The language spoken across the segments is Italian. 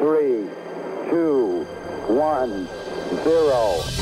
3, 2, 1, 0.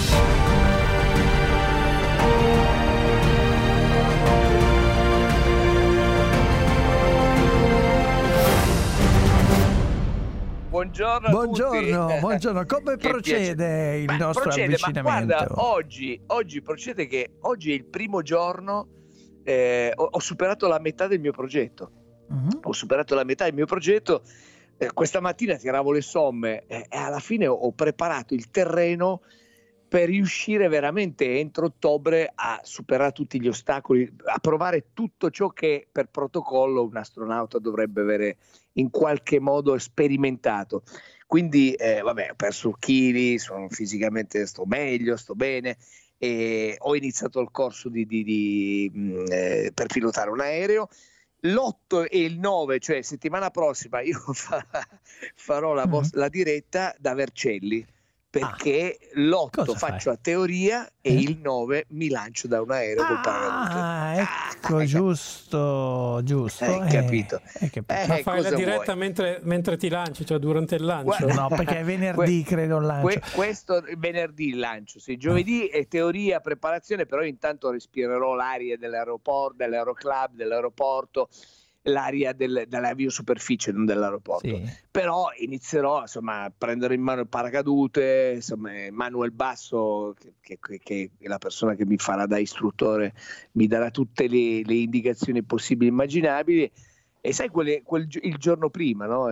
Buongiorno a tutti. Buongiorno. Come procede il nostro avvicinamento? Ma guarda, oggi procede che oggi è il primo giorno, ho superato la metà del mio progetto. Ho superato la metà del mio progetto. Questa mattina tiravo le somme e alla fine ho preparato il terreno per riuscire veramente entro ottobre a superare tutti gli ostacoli, a provare tutto ciò che per protocollo un astronauta dovrebbe avere in qualche modo sperimentato. Quindi ho perso chili, fisicamente sto meglio, sto bene, e ho iniziato il corso per pilotare un aereo. L'8 e il 9, cioè settimana prossima, io farò la diretta da Vercelli, perché l'8 faccio a teoria e il 9 mi lancio da un aereo col paracadute. Ecco, giusto. Hai capito? Ma fai la diretta mentre ti lanci, cioè durante il lancio? No, perché è venerdì credo il lancio. Questo venerdì il lancio, sì. Giovedì è teoria, preparazione, però intanto respirerò l'aria dell'aeroporto, dell'aeroclub, dell'aeroporto, l'aria dell'avio superficie, non dell'aeroporto. Sì. Però inizierò a prendere in mano il paracadute, Manuel Basso, che è la persona che mi farà da istruttore, mi darà tutte le indicazioni possibili e immaginabili. E sai il giorno prima, no?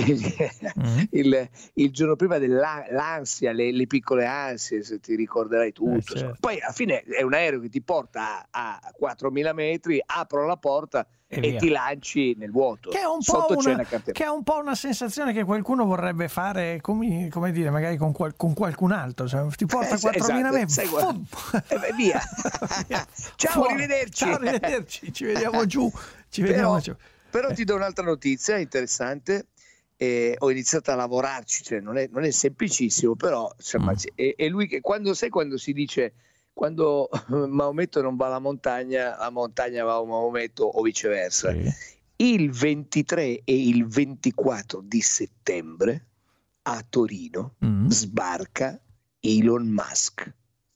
il giorno prima dell'ansia, le piccole ansie, se ti ricorderai tutto. Certo. Poi alla fine è un aereo che ti porta a 4.000 metri, apro la porta e ti lanci nel vuoto. Che è un po' una sensazione che qualcuno vorrebbe fare, come dire, magari con qualcun altro. Cioè, ti porta a 4.000 metri. Via. Ciao, arrivederci. Ci vediamo giù. Però ti do un'altra notizia interessante. Ho iniziato a lavorarci, cioè non è semplicissimo, però è lui che quando si dice quando Maometto non va alla montagna, la montagna va a Maometto o viceversa. Sì. Il 23 e il 24 di settembre a Torino sbarca Elon Musk.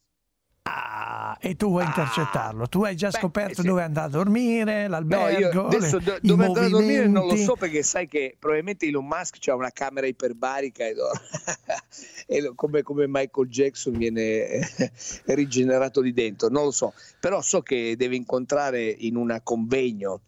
E tu vuoi intercettarlo? Tu hai già scoperto dove andare a dormire, l'albergo? No, io adesso dove andare a dormire non lo so, perché sai che probabilmente Elon Musk c'ha una camera iperbarica e come Michael Jackson viene rigenerato lì dentro, non lo so, però so che deve incontrare in un convegno.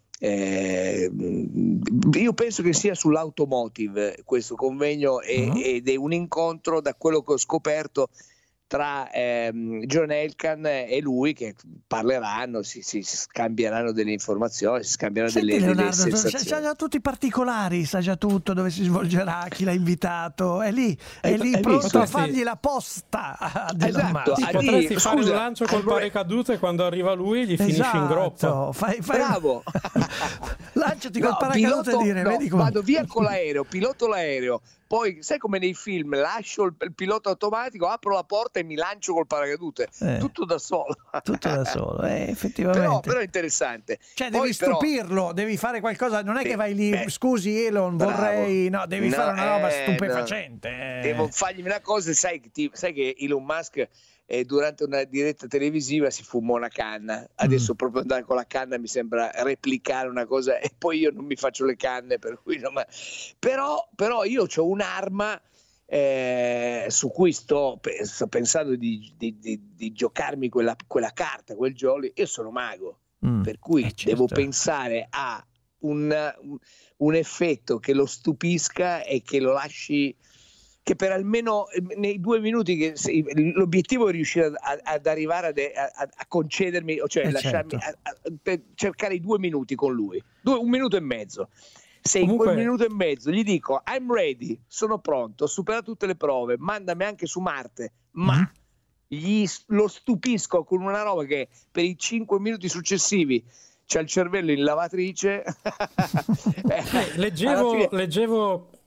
Io penso che sia sull'automotive questo convegno ed è un incontro, da quello che ho scoperto, tra John Elkann e lui, che parleranno, si scambieranno delle informazioni, si scambieranno delle sensazioni. Sa già tutti i particolari, sa già tutto, dove si svolgerà, chi l'ha invitato, è lì pronto a fargli la posta. Esatto. Potresti fare un lancio col paracadute, quando arriva lui gli finisci in groppa. Bravo. Lanciati col paracadute e dire, vedi come... Vado via con l'aereo, piloto l'aereo, poi sai come nei film, lascio il pilota automatico, apro la porta e mi lancio col paracadute, tutto da solo. Effettivamente. Però è interessante. Cioè devi stupirlo, devi fare qualcosa, non è che vai lì, scusi Elon, vorrei... No, devi fare una roba stupefacente. Devo fargli una cosa, sai che Elon Musk durante una diretta televisiva si fumò una canna. Adesso proprio andare con la canna mi sembra replicare una cosa, e poi io non mi faccio le canne, per cui però io ho un'arma su cui sto pensando di giocarmi quella carta, quel jolly. Io sono mago, per cui devo pensare a un effetto che lo stupisca e che lo lasci, che per almeno nei 2 minuti l'obiettivo è riuscire ad arrivare a concedermi, cioè lasciarmi per cercare i 2 minuti con lui, 1 minuto e mezzo. Se in quel minuto e mezzo gli dico I'm ready, sono pronto, ho superato tutte le prove, mandami anche su Marte, ma lo stupisco con una roba che per i 5 minuti successivi c'ha il cervello in lavatrice. Leggevo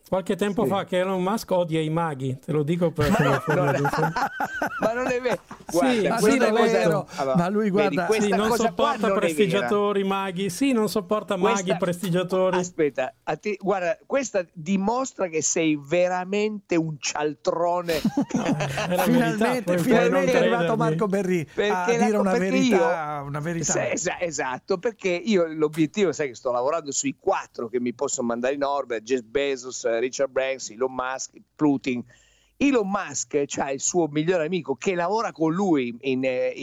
qualche tempo fa che Elon Musk odia i maghi, te lo dico perché ma non è vero. Guarda, sì, non è vero. Allora, ma lui guarda, vedi, non sopporta prestigiatori, maghi. Sì, non sopporta maghi, prestigiatori. Aspetta, guarda, questa dimostra che sei veramente un cialtrone. Finalmente è arrivato Marco Berri a dire una verità. Esatto, perché io l'obiettivo, sai che sto lavorando sui 4 che mi possono mandare in orbita: Jeff Bezos, Richard Branson, Elon Musk, Putin. Elon Musk c'ha il suo migliore amico che lavora con lui in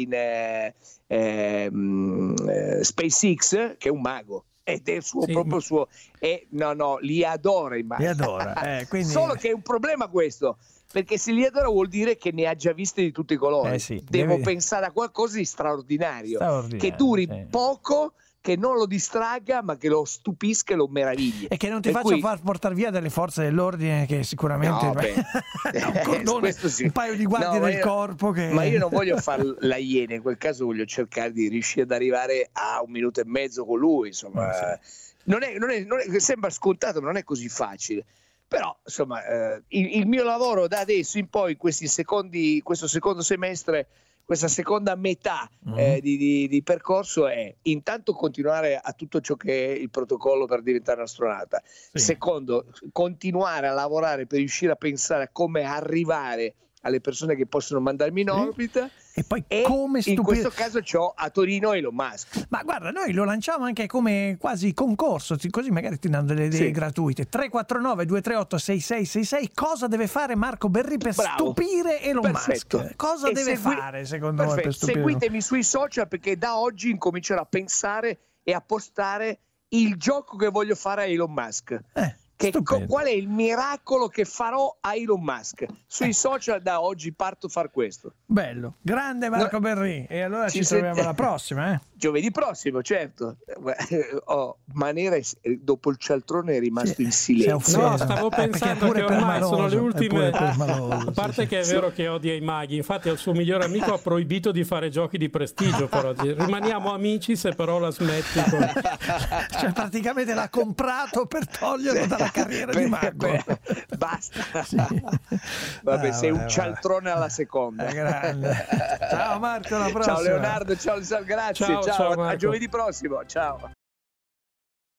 SpaceX, che è un mago, ed è proprio suo, li adora i maghi. Li adora, quindi... Solo che è un problema questo, perché se li adora vuol dire che ne ha già viste di tutti i colori. Devo pensare a qualcosa di straordinario. Che duri poco, che non lo distragga, ma che lo stupisca e lo meravigli. E che non ti faccia far portare via delle forze dell'ordine, che sicuramente un cordone, un paio di guardie del corpo. Ma io non voglio fare la iena, in quel caso voglio cercare di riuscire ad arrivare a 1 minuto e mezzo con lui. Insomma, non è, sembra scontato, ma non è così facile. Però, insomma, il mio lavoro da adesso in poi, questo secondo semestre, questa seconda metà di percorso, è intanto continuare a tutto ciò che è il protocollo per diventare un astronauta. Secondo, continuare a lavorare per riuscire a pensare a come arrivare alle persone che possono mandarmi in orbita. E poi come in questo caso c'ho a Torino Elon Musk. Ma guarda, noi lo lanciamo anche come quasi concorso, così magari ti danno delle idee gratuite. 349-238-6666. Cosa deve fare Marco Berri per stupire Elon Musk? Cosa deve fare secondo voi per stupire? Seguitemi sui social, perché da oggi incomincerò a pensare e a postare il gioco che voglio fare a Elon Musk. Qual è il miracolo che farò a Elon Musk? Sui social da oggi parto a far questo. Bello, grande Marco Berri. E allora ci troviamo alla prossima. Giovedì prossimo, certo. Manera dopo il cialtrone è rimasto in silenzio. No, stavo pensando che ormai sono le ultime. A parte che è vero che odia i maghi, infatti il suo migliore amico ha proibito di fare giochi di prestigio per oggi. Rimaniamo amici se però la smetti. Cioè praticamente l'ha comprato per toglierlo dalla carriera di mago. Basta. Vabbè, sei un cialtrone alla seconda. Grande. Ciao Marco, alla prossima. Ciao Leonardo, ciao, grazie. Ciao, a giovedì prossimo. Ciao.